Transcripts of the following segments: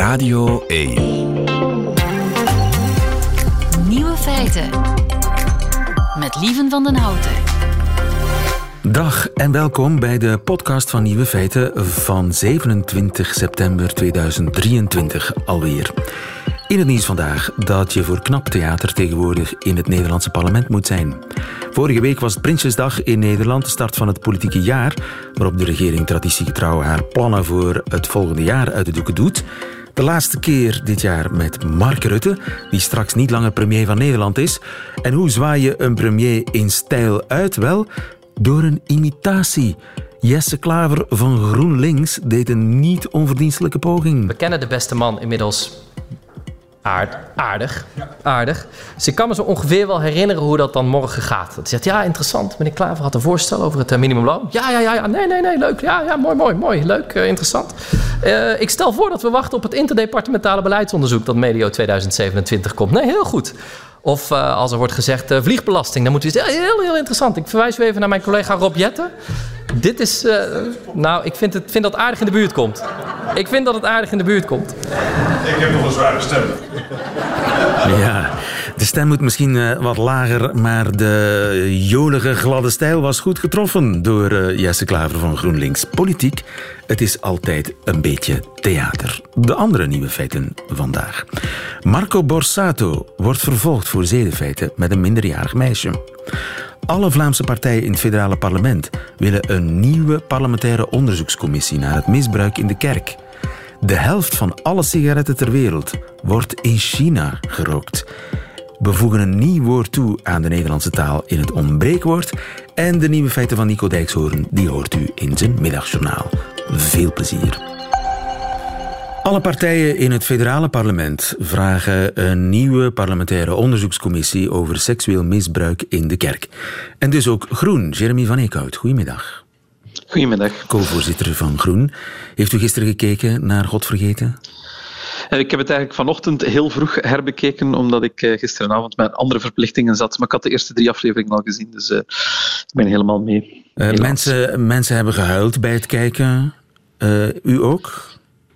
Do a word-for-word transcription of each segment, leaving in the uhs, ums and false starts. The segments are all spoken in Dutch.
Radio één. Nieuwe feiten. Met Lieven van den Houten. Dag en welkom bij de podcast van Nieuwe Feiten van zevenentwintig september tweeduizend drieëntwintig alweer. In het nieuws vandaag dat je voor knap theater tegenwoordig in het Nederlandse parlement moet zijn. Vorige week was het Prinsjesdag in Nederland, de start van het politieke jaar, waarop de regering traditiegetrouw haar plannen voor het volgende jaar uit de doeken doet. De laatste keer dit jaar met Mark Rutte, die straks niet langer premier van Nederland is. En hoe zwaai je een premier in stijl uit? Wel, door een imitatie. Jesse Klaver van GroenLinks deed een niet onverdienstelijke poging. We kennen de beste man inmiddels aard, aardig, aardig. Dus ik kan me zo ongeveer wel herinneren hoe dat dan morgen gaat. Dat hij zegt, ja, interessant, meneer Klaver had een voorstel over het minimumloon. Ja, ja, ja, ja, nee, nee, nee, leuk. Ja, ja, mooi, mooi, mooi, leuk, uh, interessant. Uh, ik stel voor dat we wachten op het interdepartementale beleidsonderzoek dat medio tweeduizend zevenentwintig komt. Nee, heel goed. Of uh, als er wordt gezegd uh, vliegbelasting, dan moet u zeggen, heel, heel interessant. Ik verwijs u even naar mijn collega Rob Jetten. Dit is, uh, nou, ik vind, het, vind dat het aardig in de buurt komt. Ik vind dat het aardig in de buurt komt. Ik heb nog een zware stem. Ja, de stem moet misschien uh, wat lager, maar de jolige gladde stijl was goed getroffen door uh, Jesse Klaver van GroenLinks. Politiek, het is altijd een beetje theater. De andere nieuwe feiten vandaag. Marco Borsato wordt vervolgd voor zedenfeiten met een minderjarig meisje. Alle Vlaamse partijen in het federale parlement willen een nieuwe parlementaire onderzoekscommissie naar het misbruik in de kerk. De helft van alle sigaretten ter wereld wordt in China gerookt. We voegen een nieuw woord toe aan de Nederlandse taal in het ontbreekwoord. En de nieuwe feiten van Nico Dijkshoorn, die hoort u in zijn middagjournaal. Veel plezier. Alle partijen in het federale parlement vragen een nieuwe parlementaire onderzoekscommissie over seksueel misbruik in de kerk. En dus ook Groen, Jeremy van Eekhout. Goedemiddag. Goedemiddag. Co-voorzitter van Groen. Heeft u gisteren gekeken naar Godvergeten? Ik heb het eigenlijk vanochtend heel vroeg herbekeken, omdat ik gisteravond met andere verplichtingen zat. Maar ik had de eerste drie afleveringen al gezien, dus uh, ik ben helemaal mee. Uh, mensen, mensen hebben gehuild bij het kijken. Uh, u ook?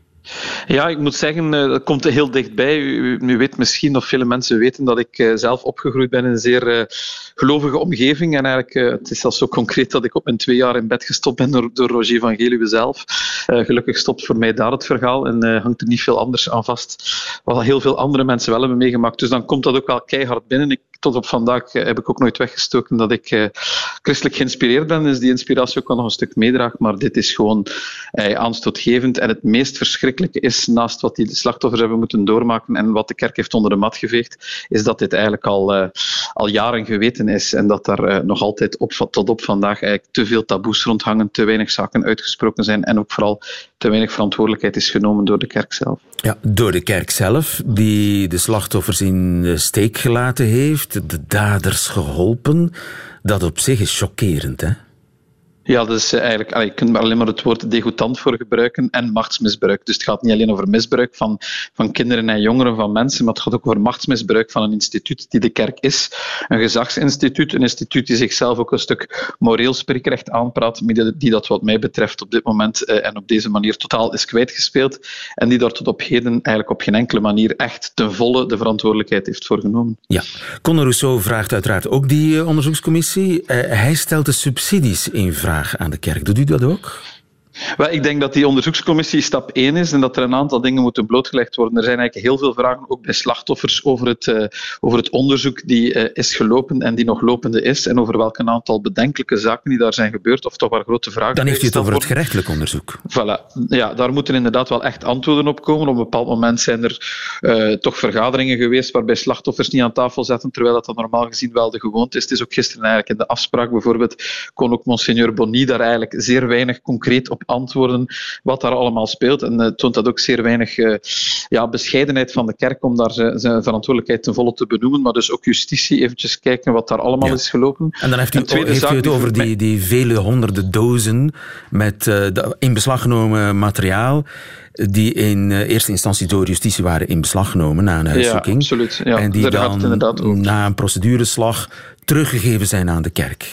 Ja, ik moet zeggen, dat komt heel dichtbij. U, u weet misschien, of vele mensen weten, dat ik uh, zelf opgegroeid ben in een zeer uh, gelovige omgeving. En eigenlijk, uh, het is zelfs zo concreet dat ik op mijn twee jaar in bed gestopt ben door, door Roger van Geluwe zelf. Uh, gelukkig stopt voor mij daar het verhaal en uh, hangt er niet veel anders aan vast. Wat heel veel andere mensen wel hebben meegemaakt. Dus dan komt dat ook wel keihard binnen. Ik, tot op vandaag uh, heb ik ook nooit weggestoken dat ik uh, christelijk geïnspireerd ben. Dus die inspiratie ook wel nog een stuk meedraag. Maar dit is gewoon uh, aanstootgevend. En het meest verschrikkelijke is, naast wat die slachtoffers hebben moeten doormaken en wat de kerk heeft onder de mat geveegd, is dat dit eigenlijk al, uh, al jaren geweten is en dat daar uh, nog altijd op, tot op vandaag eigenlijk te veel taboes rondhangen, te weinig zaken uitgesproken zijn en ook vooral te weinig verantwoordelijkheid is genomen door de kerk zelf. Ja, door de kerk zelf, die de slachtoffers in de steek gelaten heeft, de daders geholpen. Dat op zich is chockerend, hè? Ja, dat is eigenlijk, je kunt er alleen maar het woord degoutant voor gebruiken en machtsmisbruik. Dus het gaat niet alleen over misbruik van, van kinderen en jongeren, van mensen, maar het gaat ook over machtsmisbruik van een instituut die de kerk is. Een gezagsinstituut, een instituut die zichzelf ook een stuk moreel spreekrecht aanpraat, die dat wat mij betreft op dit moment uh, en op deze manier totaal is kwijtgespeeld en die daar tot op heden eigenlijk op geen enkele manier echt ten volle de verantwoordelijkheid heeft voor genomen. Ja, Conor Rousseau vraagt uiteraard ook die uh, onderzoekscommissie. Uh, hij stelt de subsidies in vraag aan de kerk. Doet u dat ook? Wel, ik denk dat die onderzoekscommissie stap één is en dat er een aantal dingen moeten blootgelegd worden. Er zijn eigenlijk heel veel vragen, ook bij slachtoffers, over het, uh, over het onderzoek die uh, is gelopen en die nog lopende is en over welke aantal bedenkelijke zaken die daar zijn gebeurd, of toch waar grote vragen. Dan heeft u het over het gerechtelijk onderzoek. Voilà. Ja, daar moeten inderdaad wel echt antwoorden op komen. Op een bepaald moment zijn er uh, toch vergaderingen geweest waarbij slachtoffers niet aan tafel zaten, terwijl dat dan normaal gezien wel de gewoonte is. Het is ook gisteren eigenlijk in de afspraak bijvoorbeeld, kon ook Monseigneur Bonny daar eigenlijk zeer weinig concreet op antwoorden wat daar allemaal speelt. En uh, toont dat ook zeer weinig uh, ja, bescheidenheid van de kerk om daar zijn, zijn verantwoordelijkheid ten volle te benoemen, maar dus ook justitie, eventjes kijken wat daar allemaal ja. is gelopen. En dan heeft u, heeft u het over die, die vele honderden dozen met uh, in beslag genomen materiaal die in uh, eerste instantie door justitie waren in beslag genomen na een huiszoeking. Ja, absoluut. Ja, en die dan na een procedureslag teruggegeven zijn aan de kerk.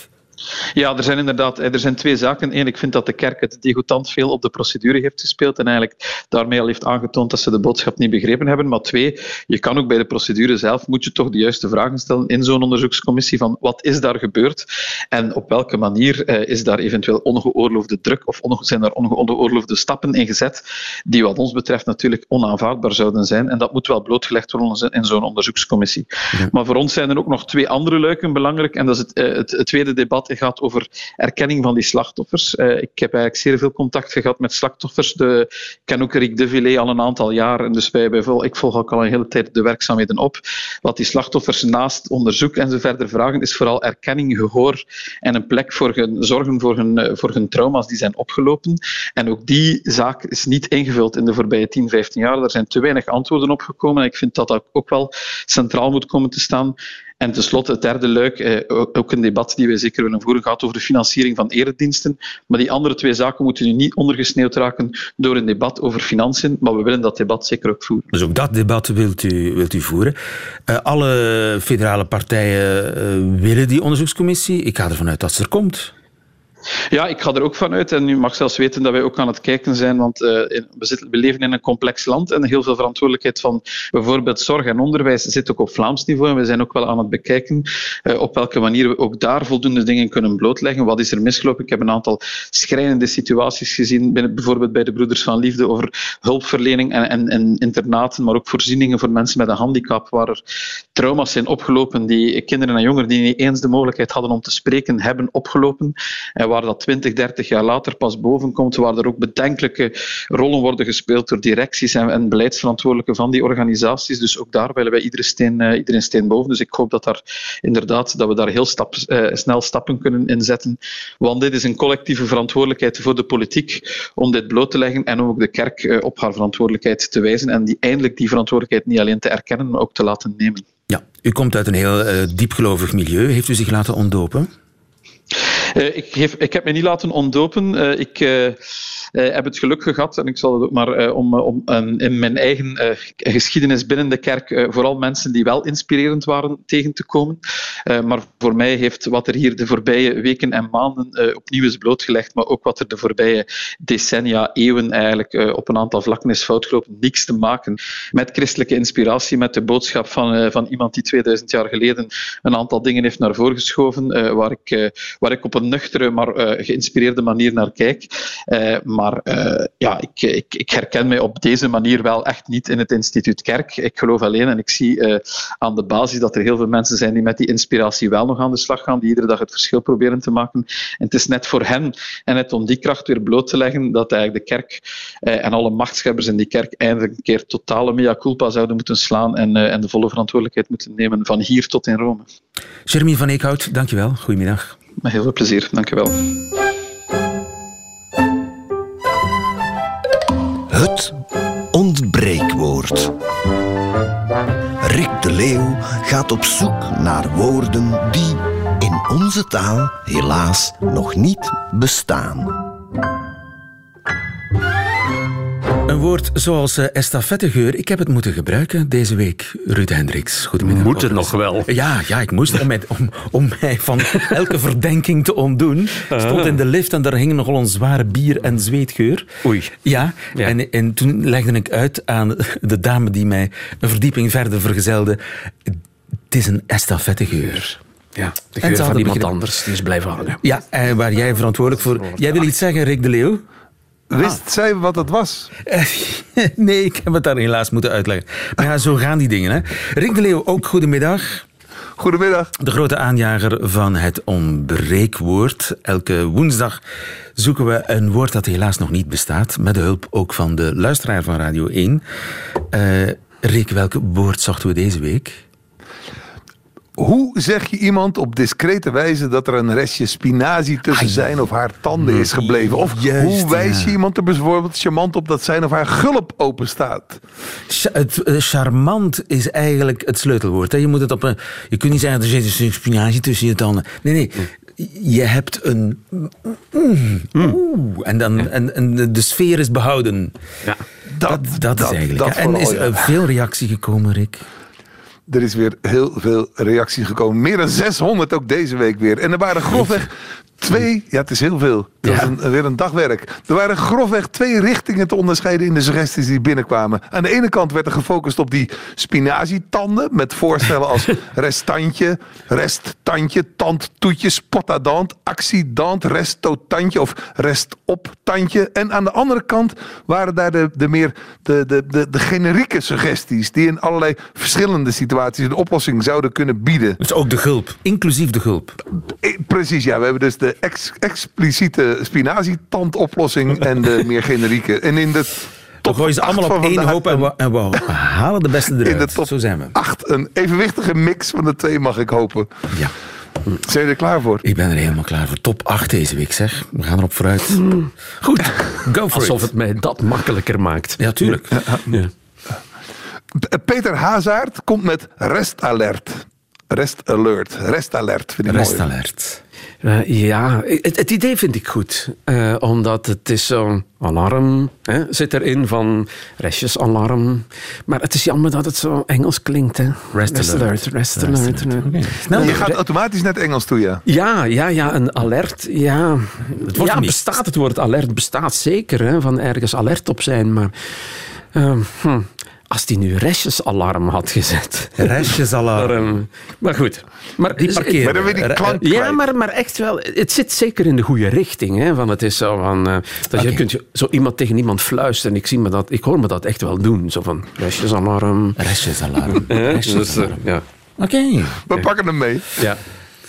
Ja, er zijn inderdaad er zijn twee zaken. Eén, ik vind dat de kerk het degoutant veel op de procedure heeft gespeeld en eigenlijk daarmee al heeft aangetoond dat ze de boodschap niet begrepen hebben. Maar twee, je kan ook bij de procedure zelf, moet je toch de juiste vragen stellen in zo'n onderzoekscommissie van wat is daar gebeurd en op welke manier uh, is daar eventueel ongeoorloofde druk of onge- zijn er ongeoorloofde stappen in gezet die wat ons betreft natuurlijk onaanvaardbaar zouden zijn. En dat moet wel blootgelegd worden in zo'n onderzoekscommissie. Ja. Maar voor ons zijn er ook nog twee andere luiken belangrijk en dat is het, uh, het, het tweede debat gaat over erkenning van die slachtoffers. Uh, ik heb eigenlijk zeer veel contact gehad met slachtoffers. De, ik ken ook Rick de Villiers al een aantal jaar en dus wij, wij vol, ik volg ook al een hele tijd de werkzaamheden op. Wat die slachtoffers naast onderzoek en zo verder vragen is vooral erkenning, gehoor en een plek voor hun, zorgen voor hun, voor hun trauma's die zijn opgelopen. En ook die zaak is niet ingevuld in de voorbije tien, vijftien jaar. Er zijn te weinig antwoorden op gekomen en ik vind dat dat ook wel centraal moet komen te staan. En tenslotte het derde luik, eh, ook een debat die wij zeker willen voeren, gaat over de financiering van erediensten. Maar die andere twee zaken moeten nu niet ondergesneeuwd raken door een debat over financiën, maar we willen dat debat zeker ook voeren. Dus ook dat debat wilt u, wilt u voeren. Uh, alle federale partijen uh, willen die onderzoekscommissie. Ik ga ervan uit dat ze er komt. Ja, ik ga er ook vanuit. En u mag zelfs weten dat wij ook aan het kijken zijn, want uh, we, zitten, we leven in een complex land en heel veel verantwoordelijkheid van bijvoorbeeld zorg en onderwijs zit ook op Vlaams niveau. En we zijn ook wel aan het bekijken uh, op welke manier we ook daar voldoende dingen kunnen blootleggen. Wat is er misgelopen? Ik heb een aantal schrijnende situaties gezien, binnen, bijvoorbeeld bij de Broeders van Liefde, over hulpverlening en, en, en internaten, maar ook voorzieningen voor mensen met een handicap, waar er trauma's zijn opgelopen die kinderen en jongeren die niet eens de mogelijkheid hadden om te spreken, hebben opgelopen. En waar dat twintig, dertig jaar later pas boven komt, waar er ook bedenkelijke rollen worden gespeeld door directies en, en beleidsverantwoordelijken van die organisaties. Dus ook daar willen wij iedere steen, uh, iedere steen boven. Dus ik hoop dat, daar, inderdaad, dat we daar heel stap, uh, snel stappen kunnen inzetten. Want dit is een collectieve verantwoordelijkheid voor de politiek om dit bloot te leggen en om ook de kerk uh, op haar verantwoordelijkheid te wijzen en die, eindelijk die verantwoordelijkheid niet alleen te erkennen, maar ook te laten nemen. Ja, u komt uit een heel uh, diepgelovig milieu. Heeft u zich laten ontdopen? Uh, ik, heb, ik heb me niet laten ontdopen. Uh, ik uh, uh, heb het geluk gehad, en ik zal het ook maar uh, om, om uh, in mijn eigen uh, geschiedenis binnen de kerk uh, vooral mensen die wel inspirerend waren tegen te komen. Uh, maar voor mij heeft wat er hier de voorbije weken en maanden uh, opnieuw is blootgelegd, maar ook wat er de voorbije decennia, eeuwen eigenlijk uh, op een aantal vlakken is foutgelopen, niks te maken met christelijke inspiratie, met de boodschap van, uh, van iemand die tweeduizend jaar geleden een aantal dingen heeft naar voren geschoven, uh, waar ik... Uh, waar ik op een nuchtere, maar uh, geïnspireerde manier naar kijk. Uh, maar uh, ja, ik, ik, ik herken mij op deze manier wel echt niet in het instituut kerk. Ik geloof alleen en ik zie uh, aan de basis dat er heel veel mensen zijn die met die inspiratie wel nog aan de slag gaan, die iedere dag het verschil proberen te maken. En het is net voor hen en net om die kracht weer bloot te leggen dat eigenlijk de kerk uh, en alle machtshebbers in die kerk eindelijk een keer totale mea culpa zouden moeten slaan en, uh, en de volle verantwoordelijkheid moeten nemen van hier tot in Rome. Jeremy van Eekhout, dankjewel. Goedemiddag. Met heel veel plezier, dank u wel. Het ontbreekwoord. Rick de Leeuw gaat op zoek naar woorden die in onze taal helaas nog niet bestaan. Een woord zoals uh, estafettegeur, ik heb het moeten gebruiken deze week. Ruud Hendricks, goedemiddag. Moet het nog wel? Ja, ja ik moest om mij, om, om mij van elke verdenking te ontdoen. Ik stond in de lift en daar hing nogal een zware bier- en zweetgeur. Oei. Ja, ja. En, en toen legde ik uit aan de dame die mij een verdieping verder vergezelde. Het is een estafettegeur. Ja, de geur van iemand anders, die is blijven hangen. Ja, en waar jij verantwoordelijk voor... Jij wil iets zeggen, Rick de Leeuw? Wist ah. zij wat het was? Nee, ik heb het daar helaas moeten uitleggen. Maar ja, zo gaan die dingen. Hè. Rick de Leeuw, ook goedemiddag. Goedemiddag. De grote aanjager van het ontbreekwoord. Elke woensdag zoeken we een woord dat helaas nog niet bestaat. Met de hulp ook van de luisteraar van Radio één. Uh, Rick, welk woord zochten we deze week? Hoe zeg je iemand op discrete wijze dat er een restje spinazie tussen zijn of haar tanden is gebleven? Of Juist, hoe wijs je ja. iemand er bijvoorbeeld charmant op dat zijn of haar gulp open staat? Het uh, charmant is eigenlijk het sleutelwoord. Hè? Je moet het op een, je kunt niet zeggen er zit een stuk spinazie tussen je tanden. Nee, nee. Je hebt een... Mm, mm, en, dan, en, en de sfeer is behouden. Ja. Dat, dat, dat is eigenlijk. Dat en is er veel reactie gekomen, Rick? Er is weer heel veel reactie gekomen. Meer dan zeshonderd ook deze week weer. En er waren grofweg twee... Ja, het is heel veel. Dat ja. is een, weer een dagwerk. Er waren grofweg twee richtingen te onderscheiden in de suggesties die binnenkwamen. Aan de ene kant werd er gefocust op die spinazietanden. Met voorstellen als resttandje, resttandje, tandtoetje, spotadant, accidant, restotandje of restoptandje. En aan de andere kant waren daar de, de meer de, de, de, de generieke suggesties. Die in allerlei verschillende situaties een oplossing zouden kunnen bieden. Dus ook de gulp, inclusief de gulp. Precies, ja. We hebben dus de ex- expliciete spinazietandoplossing en de meer generieke. En in de We gooien ze allemaal op één hoop en we, en we halen de beste eruit. In de top Zo zijn we. acht, een evenwichtige mix van de twee, mag ik hopen. Ja. Zijn je er klaar voor? Ik ben er helemaal klaar voor. Top acht deze week, zeg. We gaan erop vooruit. Mm. Goed, go for Alsof it. het mij dat makkelijker maakt. Ja, tuurlijk. Ja. Ja. Peter Hazaert komt met restalert. Restalert. Restalert, vind ik Restalert. Uh, ja, het, het idee vind ik goed. Uh, omdat het is zo'n alarm, hè, zit erin van restjesalarm. Maar het is jammer dat het zo Engels klinkt. Hè. Rest alert. Rest alert. Okay. Snel, je gaat automatisch naar het Engels toe, ja. Ja, ja, ja, een alert. Ja, het wordt ja niet. bestaat het woord alert, bestaat zeker. Hè, van ergens alert op zijn, maar... Uh, hm. Als die nu restjesalarm had gezet. Restjesalarm. maar, maar goed. Maar, die parkeren. Maar dan weer die klank ja, maar, maar echt wel. Het zit zeker in de goede richting. Hè, van het is zo van... Uh, dat okay. Je kunt zo iemand tegen iemand fluisteren. Ik, zie me dat, ik hoor me dat echt wel doen. Zo van restjesalarm. Restjesalarm. Restjesalarm. Dus, uh, ja. Oké. Okay. We ja. pakken hem mee. Ja.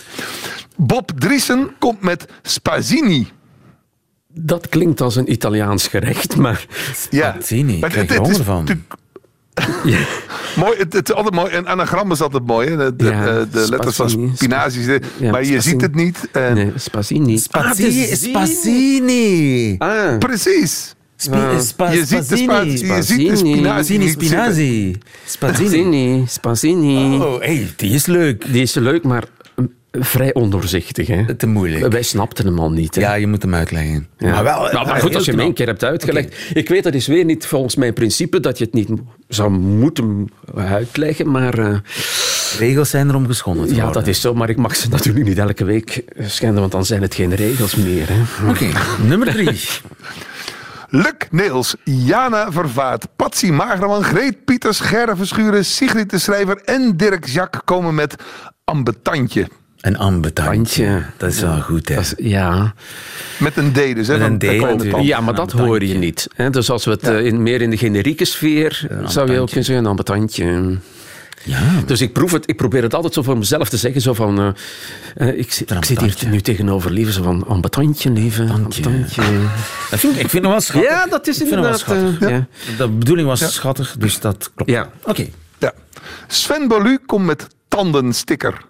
Bob Driessen komt met spazzini. Dat klinkt als een Italiaans gerecht, maar... Spazzini, ja. Ik krijg er honger van. Ja. Mooi, het, het is altijd mooi. Een anagram is altijd mooi. Hè? De, ja, de, de letters van spinazie. Ja, maar je spazzini. Ziet het niet. En... Nee, spazzini. Spazzini. Ah, spazzini. Ah. Precies. Sp- uh, spa- je, ziet de spa- je ziet de spinazie niet spinazie. Spazzini. Spazzini. Oh, hey, die is leuk. Die is leuk, maar... vrij ondoorzichtig. Hè? Te moeilijk. Wij snapten hem al niet. Hè? Ja, je moet hem uitleggen. Ja. Maar, wel, nou, maar goed, als je hem één keer hebt uitgelegd. Okay. Ik weet, dat is weer niet volgens mijn principe dat je het niet zou moeten uitleggen, maar... Uh, regels zijn er om geschonden. Ja, dat is zo, maar ik mag ze natuurlijk niet elke week schenden, want dan zijn het geen regels meer. Oké, okay. Nummer drie. Luc Neels, Jana Vervaart, Patsy Magerman, Greet Pieters, Gerda Verschuren, Sigrid de Schrijver en Dirk Jacques komen met ambetantje. Een ambetantje, dat is wel goed, hè? Is, ja. Met een D dus, hè? Met een D, ja, maar dat hoor je niet. Hè? Dus als we het ja. uh, in, meer in de generieke sfeer, zou je ook kunnen zeggen, een ambetantje. Ja. Dus ik, proef het, ik probeer het altijd zo voor mezelf te zeggen, zo van... Uh, uh, ik, ik zit hier nu tegenover, lieve, zo van, ambetantje, lieve, ambetantje. Dat vind ik, ik vind het wel schattig. Ja, dat is inderdaad... Uh, ja. Ja. De bedoeling was ja. schattig, dus dat klopt. Ja. Oké. Okay. Ja. Sven Bolu komt met tandensticker.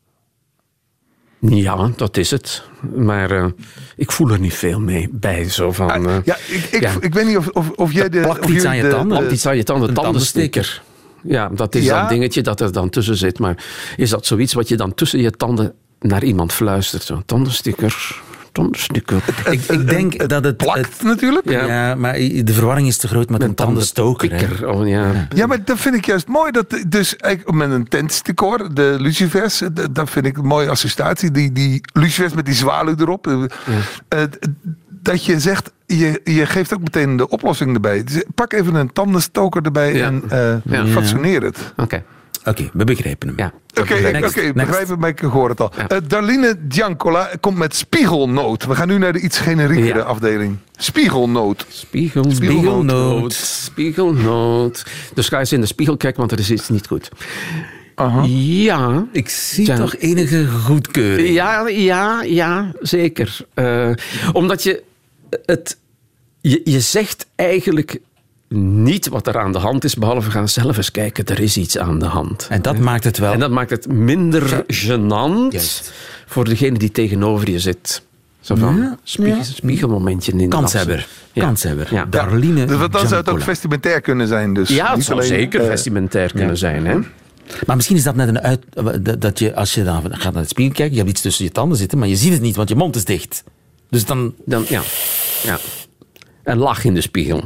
Ja, dat is het. Maar uh, ik voel er niet veel mee bij. Zo van, uh, ja, ik, ik, ja. ik weet niet of, of, of jij de... Plakt iets aan je tanden. Plakt iets aan je tanden, tandensticker. Ja, dat is ja. dat dingetje dat er dan tussen zit. Maar is dat zoiets wat je dan tussen je tanden naar iemand fluistert? Zo'n tandensticker... tandensticker. Ik, ik denk het, dat het... plakt het, natuurlijk. Ja. ja, maar de verwarring is te groot met, met een tandenstoker. Oh, ja. ja, maar dat vind ik juist mooi. Dat, dus met een tentsticker, de lucifers, dat vind ik een mooie associatie. Die, die lucifers met die zwaluw erop. Ja. Uh, dat je zegt, je, je geeft ook meteen de oplossing erbij. Dus pak even een tandenstoker erbij ja. en uh, ja. fatsoeneer het. Oké. Okay. Oké, okay, we begrijpen hem. Ja. Oké, okay, okay, begrijpen, maar ik hoor het al. Ja. Uh, Darline Giancola komt met spiegelnoot. We gaan nu naar de iets generiekere ja. afdeling. Spiegelnoot. Spiegel, spiegelnoot. Spiegelnoot. Dus ga eens in de spiegel kijken, want er is iets niet goed. Uh-huh. Ja. Ik zie ja. toch enige goedkeuring. Ja, ja, ja, zeker. Uh, omdat je het... Je, je zegt eigenlijk... niet wat er aan de hand is, behalve gaan zelf eens kijken, er is iets aan de hand. En dat ja. maakt het wel... En dat maakt het minder gênant Juist. voor degene die tegenover je zit. Zo van, ja. spiegel, ja. spiegelmomentje in Kanshebber. Ja. Kanshebber. Ja. Darline dus dan zou het ook vestimentair kunnen zijn. Dus ja, het niet zou alleen, zeker uh, vestimentair kunnen ja. zijn. Hè? Maar misschien is dat net een uit... dat je, als je dan gaat naar het spiegel kijken, je hebt iets tussen je tanden zitten, maar je ziet het niet, want je mond is dicht. Dus dan... dan ja. ja. En lach in de spiegel.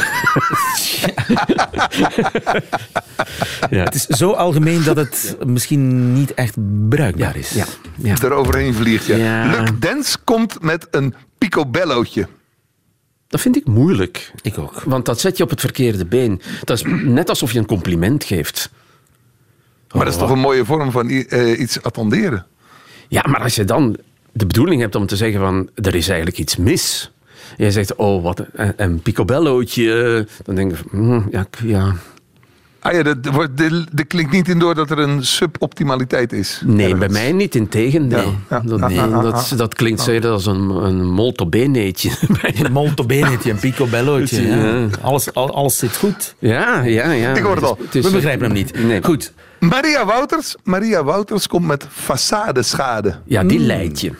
Ja. Het is zo algemeen dat het misschien niet echt bruikbaar is. Ja. Ja. Eroverheen vliegt, ja. Ja. Luc Dens komt met een picobellootje. Dat vind ik moeilijk. Ik ook. Want dat zet je op het verkeerde been. Dat is net alsof je een compliment geeft. Maar dat is toch een mooie vorm van uh, iets attenderen? Ja, maar als je dan de bedoeling hebt om te zeggen van... er is eigenlijk iets mis. En je zegt, oh, wat een, een picobellootje. Dan denk je, mm, ja, ja... Ah ja, dat, wordt- dat, dat klinkt niet in door dat er een suboptimaliteit is. Nee, Ergens. bij mij niet, integendeel. Ja, ja. Dat, Ah, nee, ah, ah, dat, ah. dat klinkt zeker als een, een molto beneetje. Een molto benetje, een picobellootje. Ja. Ja. Alles, al- alles zit goed. Ja, ja, ja. Ik hoor het al. Het is- We begrijpen hem niet. Nee. Goed. Maria Wouters, Maria Wouters komt met façadeschade. Ja, die leid je.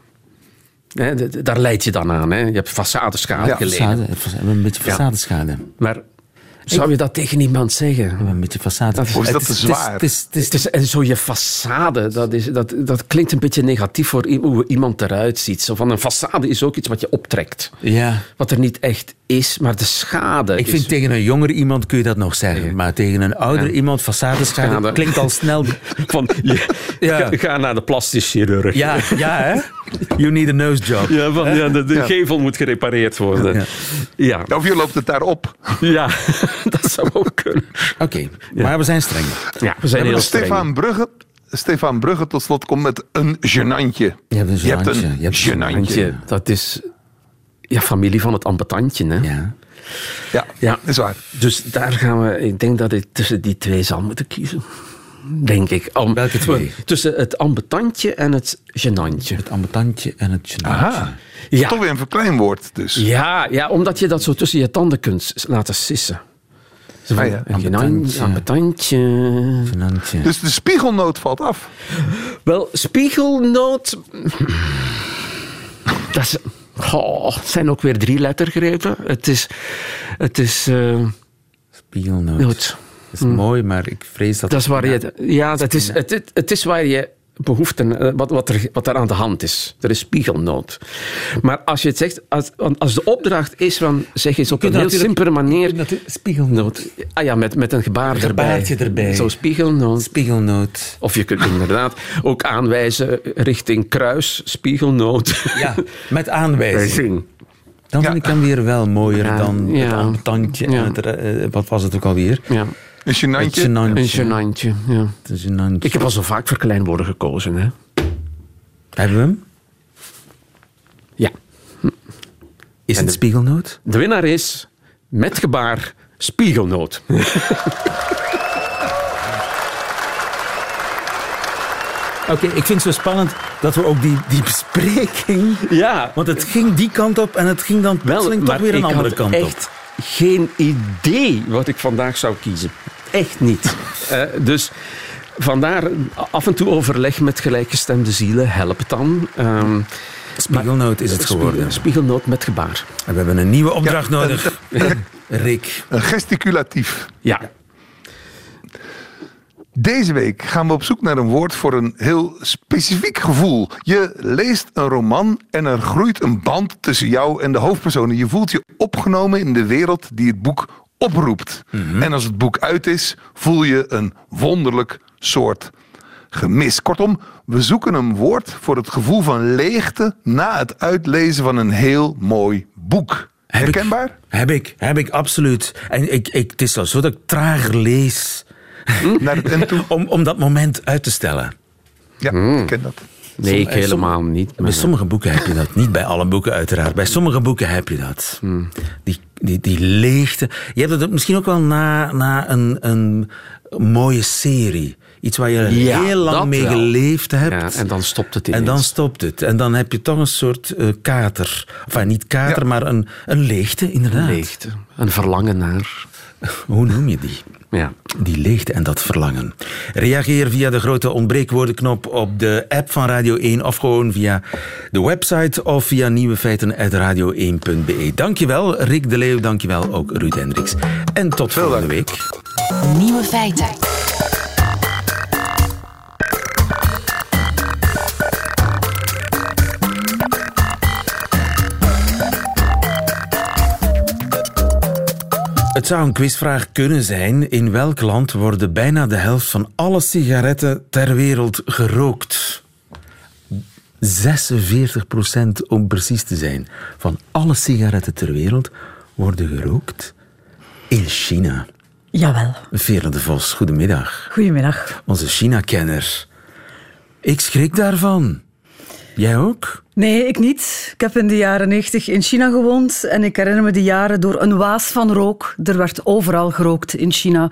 Hè, d- d- daar leid je dan aan. Hè. Je hebt façadeschade Ja, geleden. Façade, we hebben een beetje Ja. façadeschade. Maar zou je dat tegen iemand zeggen? We hebben een beetje façade. Of is dat Het te het zwaar? Het is, het is, Het is, en zo je façade, dat, is, dat, dat klinkt een beetje negatief voor i- hoe iemand eruit ziet. Zo van een façade is ook iets wat je optrekt. ja. Wat er niet echt is, maar de schade Ik is... vind tegen een jongere iemand kun je dat nog zeggen. Maar tegen een oudere Ja. iemand, façadeschade, Schade. klinkt al snel... Van, je, Ja. ga, ga naar de plastisch chirurg. Ja, ja, hè? You need a nose job. Ja, van, ja, de de Ja. gevel moet gerepareerd worden. Ja. Ja, ja. Of je loopt het daar op. ja. dat zou ook kunnen. Oké, maar we zijn streng. Ja, we zijn heel streng. Stefan Brugge, Stefan Brugge tot slot komt met een gênantje. Je hebt een Je hebt gênantje. een Je hebt een gênantje. Antje, dat is ja, familie van het ambetantje. Hè? Ja. Ja, Ja. is waar. Dus daar gaan we... Ik denk dat ik tussen die twee zal moeten kiezen. Denk ik. Om, Welke twee? Tussen het ambetantje en het gênantje. Het ambetantje en het gênantje. Aha. Ja. Toch weer een verkleinwoord dus. Ja, ja, omdat je dat zo tussen je tanden kunt s- laten sissen. Zo van, Ah ja, een gênantje, ambetantje. Gênantje. Dus de spiegelnoot valt af. Wel, spiegelnoot... Dat is, oh, het zijn ook weer drie lettergrepen. Het is... Het is uh, Spiegelnoot. noot. Dat is mooi, maar ik vrees dat... Dat is waar je... Ja, het is, het, het, het is waar je behoefte... Wat, wat, er, wat er aan de hand is. Er is spiegelnoot. Maar als je het zegt... Als, als de opdracht is van... Zeg eens op een heel simpele manier... Spiegelnoot. Ah ja, met, met een gebaar erbij. gebaartje erbij. Zo spiegelnoot. Spiegelnoot. Of je kunt inderdaad ook aanwijzen richting kruis, spiegelnoot. Ja, met aanwijzing. Dan Ja. vind ik hem weer wel mooier Ja, dan het ja. ambetantje. Ja. En het, eh, wat was het ook alweer? Ja, Een Het gênantje. gênantje. een gênantje. Ja. Het gênantje. Ik heb al zo vaak voor kleinwoorden gekozen. Hè? Hebben we hem? Ja. Is het spiegelnoot? De winnaar is, met gebaar, spiegelnoot. Oké, ik vind het zo spannend dat we ook die, die bespreking... Ja, Want het ging die kant op en het ging dan plotseling toch maar weer een ik andere had kant echt op. geen idee wat ik vandaag zou kiezen. Echt niet. Eh, dus vandaar af en toe overleg met gelijkgestemde zielen helpt dan. Ehm, Spiegelnoot is het spiegel- geworden. Spiegelnoot met gebaar. En we hebben een nieuwe opdracht Ja, nodig. Rick. Een gesticulatief. Ja. Deze week gaan we op zoek naar een woord voor een heel specifiek gevoel. Je leest een roman en er groeit een band tussen jou en de hoofdpersonen. Je voelt je opgenomen in de wereld die het boek oproept. Mhm. En als het boek uit is, voel je een wonderlijk soort gemis. Kortom, we zoeken een woord voor het gevoel van leegte na het uitlezen van een heel mooi boek. Heb ik- Herkenbaar? Heb ik, heb ik absoluut. En ik, ik, het is wel zo dat ik trager lees Naar het eind toe? om, om dat moment uit te stellen. Ja, ik ken dat. Nee, ik Som- helemaal niet. Bij maar- sommige boeken heb je dat. Niet bij alle boeken uiteraard. Bij sommige boeken heb je dat. Die, die, die leegte. Je hebt het ook misschien ook wel na, na een, een mooie serie. Iets waar je Ja, heel lang dat mee wel. geleefd hebt. Ja, en dan stopt het En ineens. dan stopt het. En dan heb je toch een soort eh, kater. Enfin, niet kater, Ja. maar een, een leegte, inderdaad. leegte. Een verlangen naar... Hoe noem je die? Ja. Die leegte en dat verlangen. Reageer via de grote ontbreekwoordenknop op de app van Radio één of gewoon via de website of via nieuwefeiten apenstaartje radio één punt be. Dankjewel Rick de Leeuw, dankjewel ook Ruud Hendricks. En tot Veel volgende dank. week. Nieuwe feiten. Het zou een quizvraag kunnen zijn. In welk land worden bijna de helft van alle sigaretten ter wereld gerookt? zesenveertig procent om precies te zijn van alle sigaretten ter wereld worden gerookt in China. Jawel. Veerle de Vos, goedemiddag. Goedemiddag. Onze China-kenner. Ik schrik daarvan. Jij ook? Nee, ik niet. Ik heb in de jaren negentig in China gewoond en ik herinner me die jaren door een waas van rook. Er werd overal gerookt in China.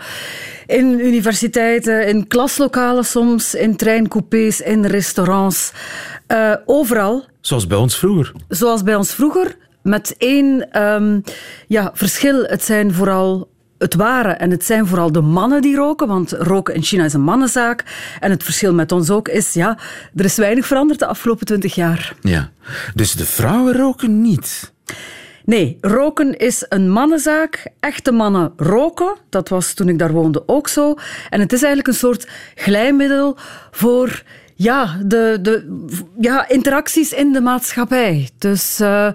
In universiteiten, in klaslokalen soms, in treincoupés, in restaurants. Uh, overal. Zoals bij ons vroeger. Zoals bij ons vroeger, met één um, ja, verschil. Het zijn vooral... Het waren en het zijn vooral de mannen die roken, want roken in China is een mannenzaak. En het verschil met ons ook is, ja, er is weinig veranderd de afgelopen twintig jaar. Ja, dus de vrouwen roken niet? Nee, roken is een mannenzaak. Echte mannen roken. Dat was toen ik daar woonde ook zo. En het is eigenlijk een soort glijmiddel voor... Ja, de, de ja, interacties in de maatschappij. Dus uh,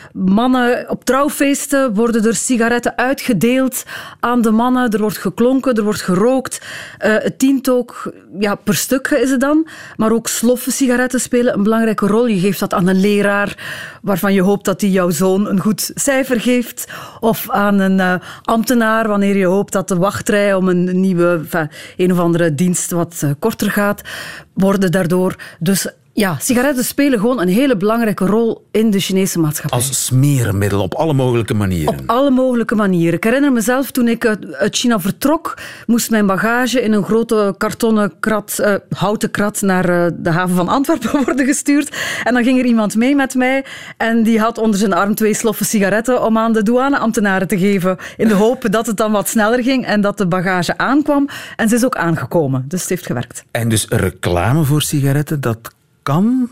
mannen op trouwfeesten worden er sigaretten uitgedeeld aan de mannen. Er wordt geklonken, er wordt gerookt. Uh, het dient ook, ja, per stuk is het dan. Maar ook sloffen sigaretten spelen een belangrijke rol. Je geeft dat aan een leraar waarvan je hoopt dat hij jouw zoon een goed cijfer geeft. Of aan een uh, ambtenaar wanneer je hoopt dat de wachtrij om een nieuwe, enfin, een of andere dienst wat uh, korter gaat, worden daardoor. Dus ja, sigaretten spelen gewoon een hele belangrijke rol in de Chinese maatschappij. Als smeermiddel op alle mogelijke manieren. Op alle mogelijke manieren. Ik herinner mezelf, toen ik uit China vertrok, moest mijn bagage in een grote kartonnen krat, uh, houten krat naar uh, de haven van Antwerpen worden gestuurd. En dan ging er iemand mee met mij en die had onder zijn arm twee sloffen sigaretten om aan de douaneambtenaren te geven. In de hoop dat het dan wat sneller ging en dat de bagage aankwam. En ze is ook aangekomen. Dus het heeft gewerkt. En dus reclame voor sigaretten, dat kan?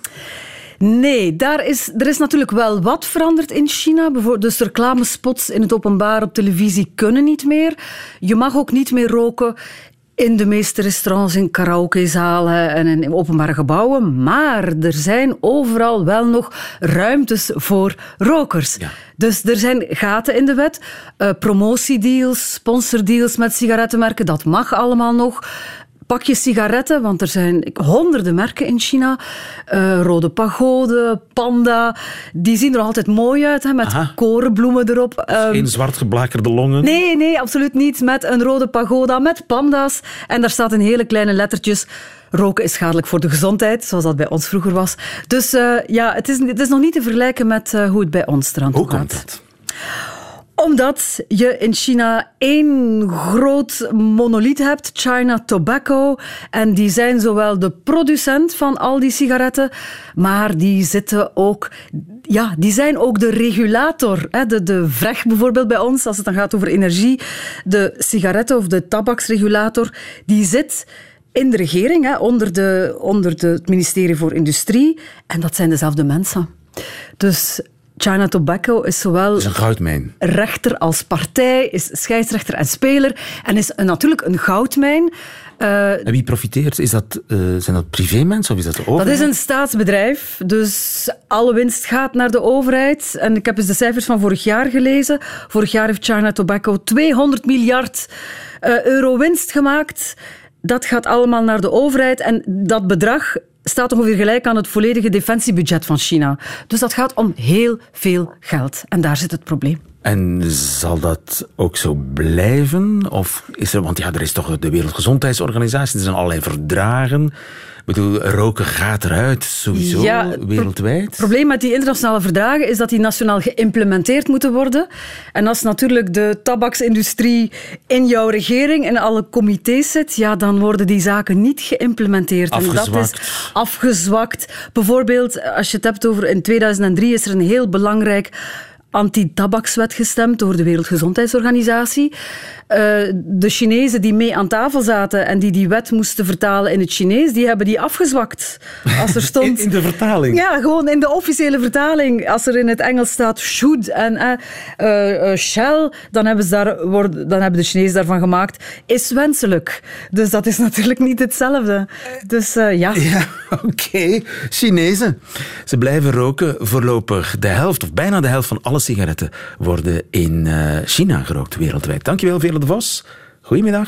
Nee, daar is, er is natuurlijk wel wat veranderd in China. Dus reclamespots in het openbaar op televisie kunnen niet meer. Je mag ook niet meer roken in de meeste restaurants, in karaokezalen en in openbare gebouwen. Maar er zijn overal wel nog ruimtes voor rokers. Ja. Dus er zijn gaten in de wet. Uh, promotiedeals, sponsordeals met sigarettenmerken, dat mag allemaal nog. Pak je sigaretten, want er zijn honderden merken in China. Uh, Rode Pagode, Panda. Die zien er altijd mooi uit, hè, met Aha. korenbloemen erop. Um, Geen zwart geblakerde longen? Nee, nee, absoluut niet. Met een Rode Pagoda, met panda's. En daar staat in hele kleine lettertjes: roken is schadelijk voor de gezondheid, zoals dat bij ons vroeger was. Dus uh, ja, het is, het is nog niet te vergelijken met uh, hoe het bij ons eraan toe gaat. Hoe komt dat? Omdat je in China één groot monoliet hebt, China Tobacco. En die zijn zowel de producent van al die sigaretten, maar die zitten ook... Ja, die zijn ook de regulator. Hè. De, de V R E G bijvoorbeeld bij ons, als het dan gaat over energie. De sigaretten- of de tabaksregulator, die zit in de regering, hè, onder, de, onder de, het ministerie voor Industrie. En dat zijn dezelfde mensen. Dus... China Tobacco is zowel is een goudmijn. rechter als partij, is scheidsrechter en speler en is een, natuurlijk een goudmijn. Uh, en wie profiteert? Is dat, uh, zijn dat privémensen of is dat de overheid? Dat is een staatsbedrijf, dus alle winst gaat naar de overheid. En ik heb eens de cijfers van vorig jaar gelezen. Vorig jaar heeft China Tobacco tweehonderd miljard uh, euro winst gemaakt. Dat gaat allemaal naar de overheid en dat bedrag staat ongeveer gelijk aan het volledige defensiebudget van China. Dus dat gaat om heel veel geld. En daar zit het probleem. En zal dat ook zo blijven? Of is er, want ja, er is toch de Wereldgezondheidsorganisatie, er zijn allerlei verdragen. Ik bedoel, roken gaat eruit, sowieso, ja, wereldwijd. Het probleem met die internationale verdragen is dat die nationaal geïmplementeerd moeten worden. En als natuurlijk de tabaksindustrie in jouw regering en alle comité's zit, ja, dan worden die zaken niet geïmplementeerd. Afgezwakt. En dat is afgezwakt. Bijvoorbeeld, als je het hebt over in tweeduizend drie is er een heel belangrijk anti-tabakswet gestemd door de Wereldgezondheidsorganisatie. de Chinezen die mee aan tafel zaten en die die wet moesten vertalen in het Chinees, die hebben die afgezwakt. Als er stond, in, in de vertaling? Ja, gewoon in de officiële vertaling. Als er in het Engels staat should en uh, uh, uh, shall, dan hebben, ze daar, worden, dan hebben de Chinezen daarvan gemaakt is wenselijk. Dus dat is natuurlijk niet hetzelfde. Dus uh, ja. Ja, oké. Okay. Chinezen. Ze blijven roken voorlopig. De helft, of bijna de helft van alle sigaretten worden in uh, China gerookt wereldwijd. Dankjewel, Veerle de Vos. Goedemiddag.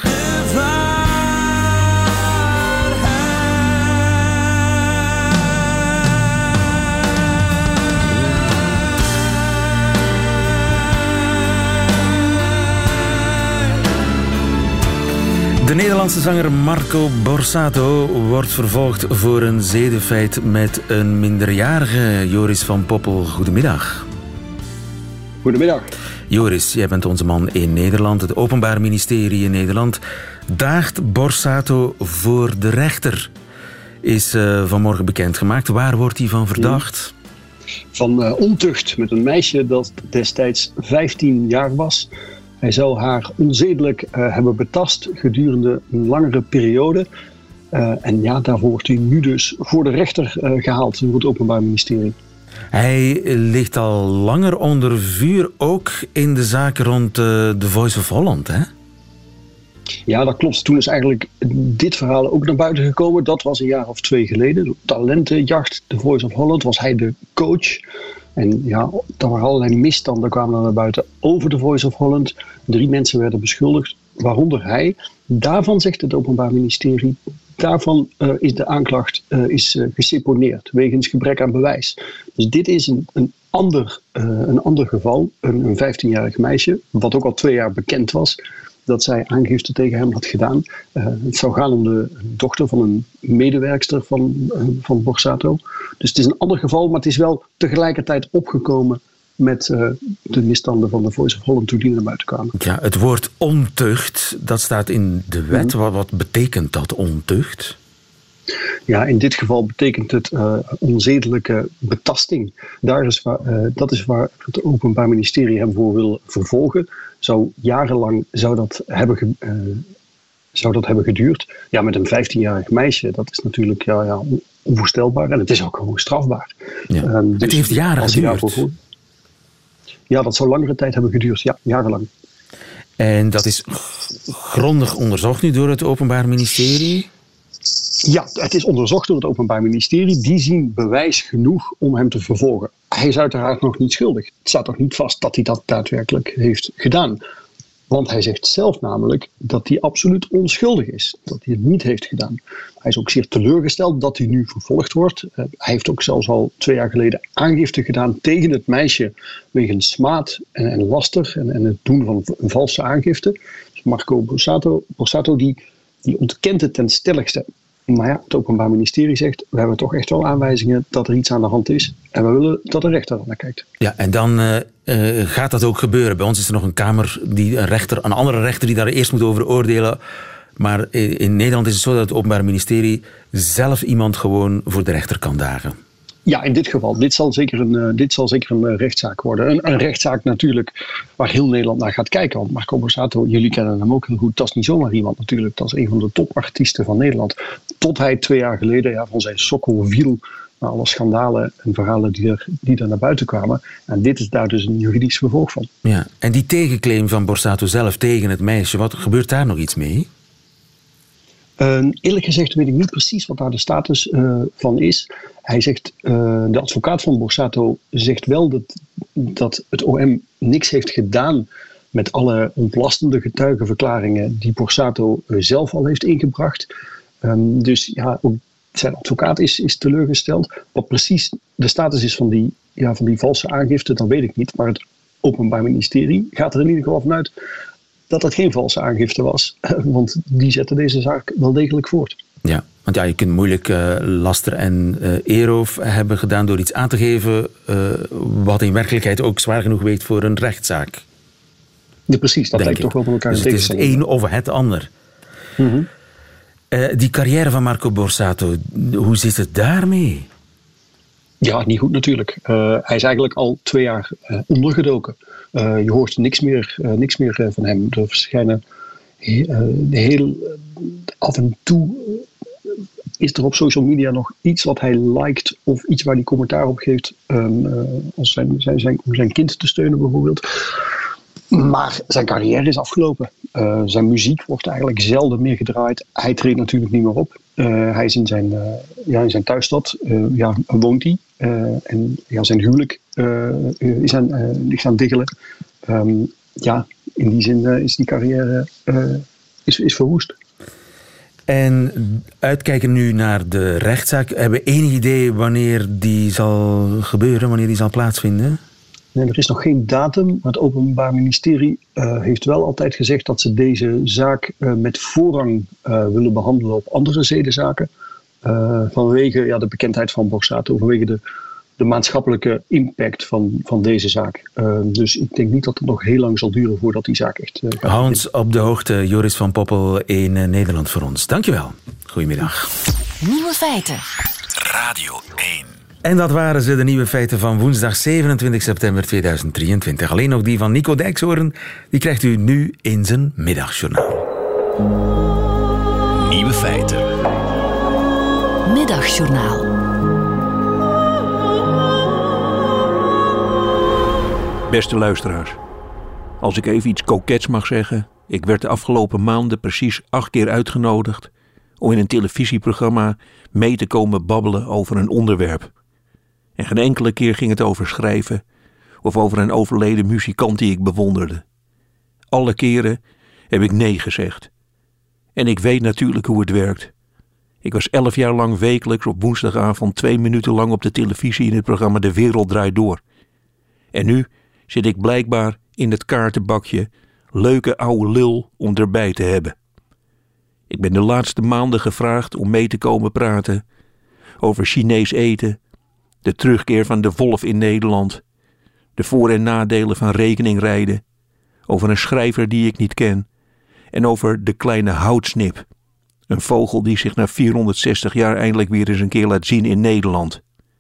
De Nederlandse zanger Marco Borsato wordt vervolgd voor een zedenfeit met een minderjarige. Joris van Poppel, goedemiddag. Goedemiddag. Joris, jij bent onze man in Nederland. Het Openbaar Ministerie in Nederland daagt Borsato voor de rechter. Is uh, vanmorgen bekendgemaakt. Waar wordt hij van verdacht? Van uh, ontucht met een meisje dat destijds vijftien jaar was. Hij zou haar onzedelijk uh, hebben betast gedurende een langere periode. Uh, en ja, daarvoor wordt hij nu dus voor de rechter uh, gehaald door het Openbaar Ministerie. Hij ligt al langer onder vuur, ook in de zaak rond uh, The Voice of Holland, hè? Ja, dat klopt. Toen is eigenlijk dit verhaal ook naar buiten gekomen. Dat was een jaar of twee geleden. De talentenjacht, The Voice of Holland, was hij de coach. En ja, er waren allerlei misstanden kwamen naar buiten over The Voice of Holland. Drie mensen werden beschuldigd, waaronder hij. Daarvan zegt het Openbaar Ministerie, daarvan uh, is de aanklacht uh, is, uh, geseponeerd, wegens gebrek aan bewijs. Dus dit is een, een, ander, uh, een ander geval, een, een vijftienjarig meisje, wat ook al twee jaar bekend was, dat zij aangifte tegen hem had gedaan. Uh, het zou gaan om de dochter van een medewerkster van, uh, van Borsato. Dus het is een ander geval, maar het is wel tegelijkertijd opgekomen met uh, de misstanden van de Voice of Holland toen die naar buiten kwamen. Ja, het woord ontucht, dat staat in de wet. Mm. Wat, wat betekent dat, ontucht? Ja, in dit geval betekent het uh, onzedelijke betasting. Daar is waar, uh, dat is waar het Openbaar Ministerie hem voor wil vervolgen. Zou jarenlang zou dat hebben, ge, uh, zou dat hebben geduurd. Ja, met een vijftienjarig meisje, dat is natuurlijk ja, ja, onvoorstelbaar. En het is ook gewoon strafbaar. Ja. Um, dus het heeft jaren geduurd. Ja, dat zou langere tijd hebben geduurd. Ja, jarenlang. En dat is grondig onderzocht nu door het Openbaar Ministerie? Ja, het is onderzocht door het Openbaar Ministerie. Die zien bewijs genoeg om hem te vervolgen. Hij is uiteraard nog niet schuldig. Het staat toch niet vast dat hij dat daadwerkelijk heeft gedaan. Want hij zegt zelf namelijk dat hij absoluut onschuldig is. Dat hij het niet heeft gedaan. Hij is ook zeer teleurgesteld dat hij nu vervolgd wordt. Uh, hij heeft ook zelfs al twee jaar geleden aangifte gedaan tegen het meisje wegens smaad en, en laster en, en het doen van een valse aangifte. Dus Marco Borsato, Borsato die, die ontkent het ten stelligste. Maar ja, het Openbaar Ministerie zegt, we hebben toch echt wel aanwijzingen dat er iets aan de hand is. En we willen dat de rechter naar kijkt. Ja, en dan uh, uh, gaat dat ook gebeuren. Bij ons is er nog een kamer, die, een, rechter, een andere rechter die daar eerst moet over oordelen. Maar in Nederland is het zo dat het Openbaar Ministerie zelf iemand gewoon voor de rechter kan dagen. Ja, in dit geval. Dit zal zeker een, uh, dit zal zeker een uh, rechtszaak worden. Een, een rechtszaak natuurlijk waar heel Nederland naar gaat kijken. Want Marco Borsato, jullie kennen hem ook heel goed. Dat is niet zomaar iemand natuurlijk. Dat is een van de topartiesten van Nederland. Tot hij twee jaar geleden ja, van zijn sokkel viel. naar alle schandalen en verhalen die er, die er naar buiten kwamen. En dit is daar dus een juridisch vervolg van. Ja, en die tegenclaim van Borsato zelf tegen het meisje, wat gebeurt daar nog iets mee? Uh, eerlijk gezegd weet ik niet precies wat daar de status uh, van is. Hij zegt, uh, de advocaat van Borsato zegt wel dat, dat het O M niks heeft gedaan met alle ontlastende getuigenverklaringen die Borsato uh, zelf al heeft ingebracht. Um, dus ja, ook zijn advocaat is, is teleurgesteld. Wat precies de status is van die, ja, van die valse aangifte, dat weet ik niet. Maar het Openbaar Ministerie gaat er in ieder geval vanuit dat het geen valse aangifte was. Want die zetten deze zaak wel degelijk voort. Ja, want ja, je kunt moeilijk uh, laster en uh, eeroof hebben gedaan door iets aan te geven uh, wat in werkelijkheid ook zwaar genoeg weegt voor een rechtszaak. Ja, precies, dat lijkt toch wel van elkaar dus te het is het een of het ander. Ja, niet goed natuurlijk. Uh, hij is eigenlijk al twee jaar uh, ondergedoken. Uh, je hoort niks meer, uh, niks meer uh, van hem. Er verschijnen uh, heel uh, af en toe uh, is er op social media nog iets wat hij liked of iets waar hij commentaar op geeft, um, uh, als zijn, zijn, zijn, om zijn kind te steunen bijvoorbeeld. Maar zijn carrière is afgelopen. Uh, zijn muziek wordt eigenlijk zelden meer gedraaid. Hij treedt natuurlijk niet meer op. Uh, hij is in zijn, uh, ja, in zijn thuisstad, uh, ja, woont hij. Uh, en ja, zijn huwelijk uh, is aan, uh, ligt aan diggelen. Um, ja, in die zin uh, is die carrière uh, is, is verwoest. En uitkijken nu naar de rechtszaak. Hebben we enig idee wanneer die zal gebeuren, wanneer die zal plaatsvinden? Nee, er is nog geen datum, maar het Openbaar Ministerie uh, heeft wel altijd gezegd dat ze deze zaak uh, met voorrang uh, willen behandelen op andere zedenzaken. Uh, vanwege ja, de bekendheid van Borsato, vanwege de, de maatschappelijke impact van, van deze zaak. Uh, dus ik denk niet dat het nog heel lang zal duren voordat die zaak echt uh, gaat. Hou ons op de hoogte, Joris van Poppel in uh, Nederland voor ons. Dankjewel. Goedemiddag. Nieuwe feiten. Radio één. En dat waren ze, de nieuwe feiten van woensdag zevenentwintig september tweeduizend drieëntwintig. Alleen nog die van Nico Dijkshoorn, die krijgt u nu in zijn middagjournaal. Nieuwe feiten. Middagjournaal. Beste luisteraars, als ik even iets kokets mag zeggen, ik werd de afgelopen maanden precies acht keer uitgenodigd om in een televisieprogramma mee te komen babbelen over een onderwerp. En geen enkele keer ging het over schrijven of over een overleden muzikant die ik bewonderde. Alle keren heb ik nee gezegd. En ik weet natuurlijk hoe het werkt. Ik was elf jaar lang wekelijks op woensdagavond twee minuten lang op de televisie in het programma De Wereld Draait Door. En nu zit ik blijkbaar in het kaartenbakje leuke oude lul om erbij te hebben. Ik ben de laatste maanden gevraagd om mee te komen praten over Chinees eten, de terugkeer van de wolf in Nederland, de voor- en nadelen van rekeningrijden, over een schrijver die ik niet ken en over de kleine houtsnip, een vogel die zich na vierhonderdzestig jaar eindelijk weer eens een keer laat zien in Nederland.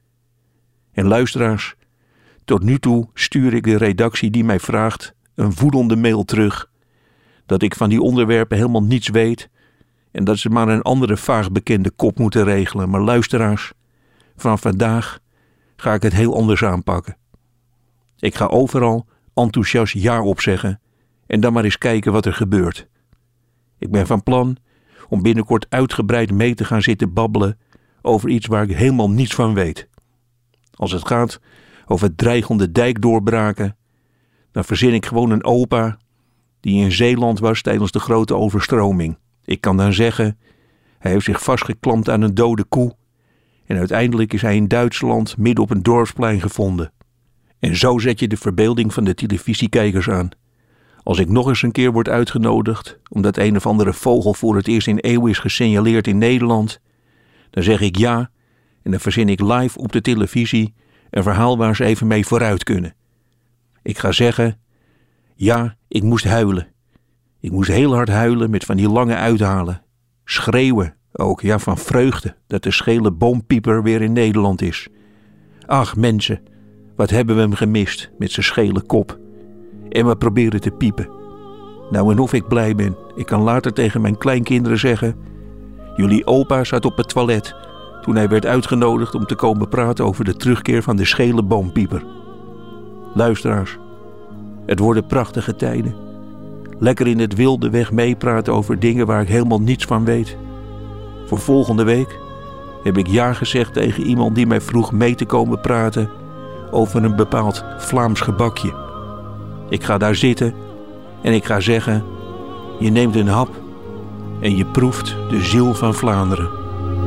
En luisteraars, tot nu toe stuur ik de redactie die mij vraagt een woedende mail terug dat ik van die onderwerpen helemaal niets weet en dat ze maar een andere vaag bekende kop moeten regelen. Maar luisteraars, van vandaag ga ik het heel anders aanpakken. Ik ga overal enthousiast ja op zeggen en dan maar eens kijken wat er gebeurt. Ik ben van plan om binnenkort uitgebreid mee te gaan zitten babbelen over iets waar ik helemaal niets van weet. Als het gaat over dreigende dijkdoorbraken, dan verzin ik gewoon een opa die in Zeeland was tijdens de grote overstroming. Ik kan dan zeggen, hij heeft zich vastgeklampt aan een dode koe en uiteindelijk is hij in Duitsland midden op een dorpsplein gevonden. En zo zet je de verbeelding van de televisiekijkers aan. Als ik nog eens een keer word uitgenodigd omdat een of andere vogel voor het eerst in eeuwen is gesignaleerd in Nederland, dan zeg ik ja en dan verzin ik live op de televisie een verhaal waar ze even mee vooruit kunnen. Ik ga zeggen, ja, ik moest huilen. Ik moest heel hard huilen met van die lange uithalen. Schreeuwen ook, ja, van vreugde dat de schele boompieper weer in Nederland is. Ach mensen, wat hebben we hem gemist met zijn schele kop. En we proberen te piepen. Nou, en of ik blij ben, ik kan later tegen mijn kleinkinderen zeggen, jullie opa zat op het toilet toen hij werd uitgenodigd om te komen praten over de terugkeer van de schele boompieper. Luisteraars, het worden prachtige tijden. Lekker in het wilde weg meepraten over dingen waar ik helemaal niets van weet. Voor volgende week heb ik ja gezegd tegen iemand die mij vroeg mee te komen praten over een bepaald Vlaams gebakje. Ik ga daar zitten en ik ga zeggen, je neemt een hap en je proeft de ziel van Vlaanderen.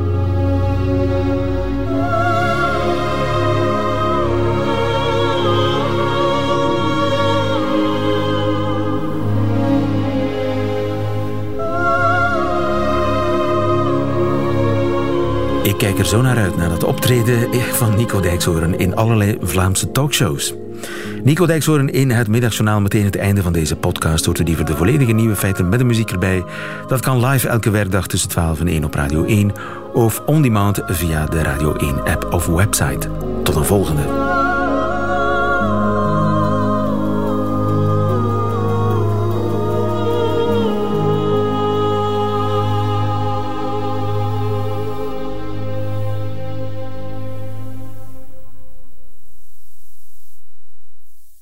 Ik kijk er zo naar uit, naar dat optreden van Nico Dijkshoorn in allerlei Vlaamse talkshows. Nico Dijkshoorn in het Middagjournaal, meteen het einde van deze podcast. Hoort u die voor de volledige nieuwe feiten met de muziek erbij. Dat kan live elke werkdag tussen twaalf en één op Radio één of on demand via de Radio één app of website. Tot een volgende.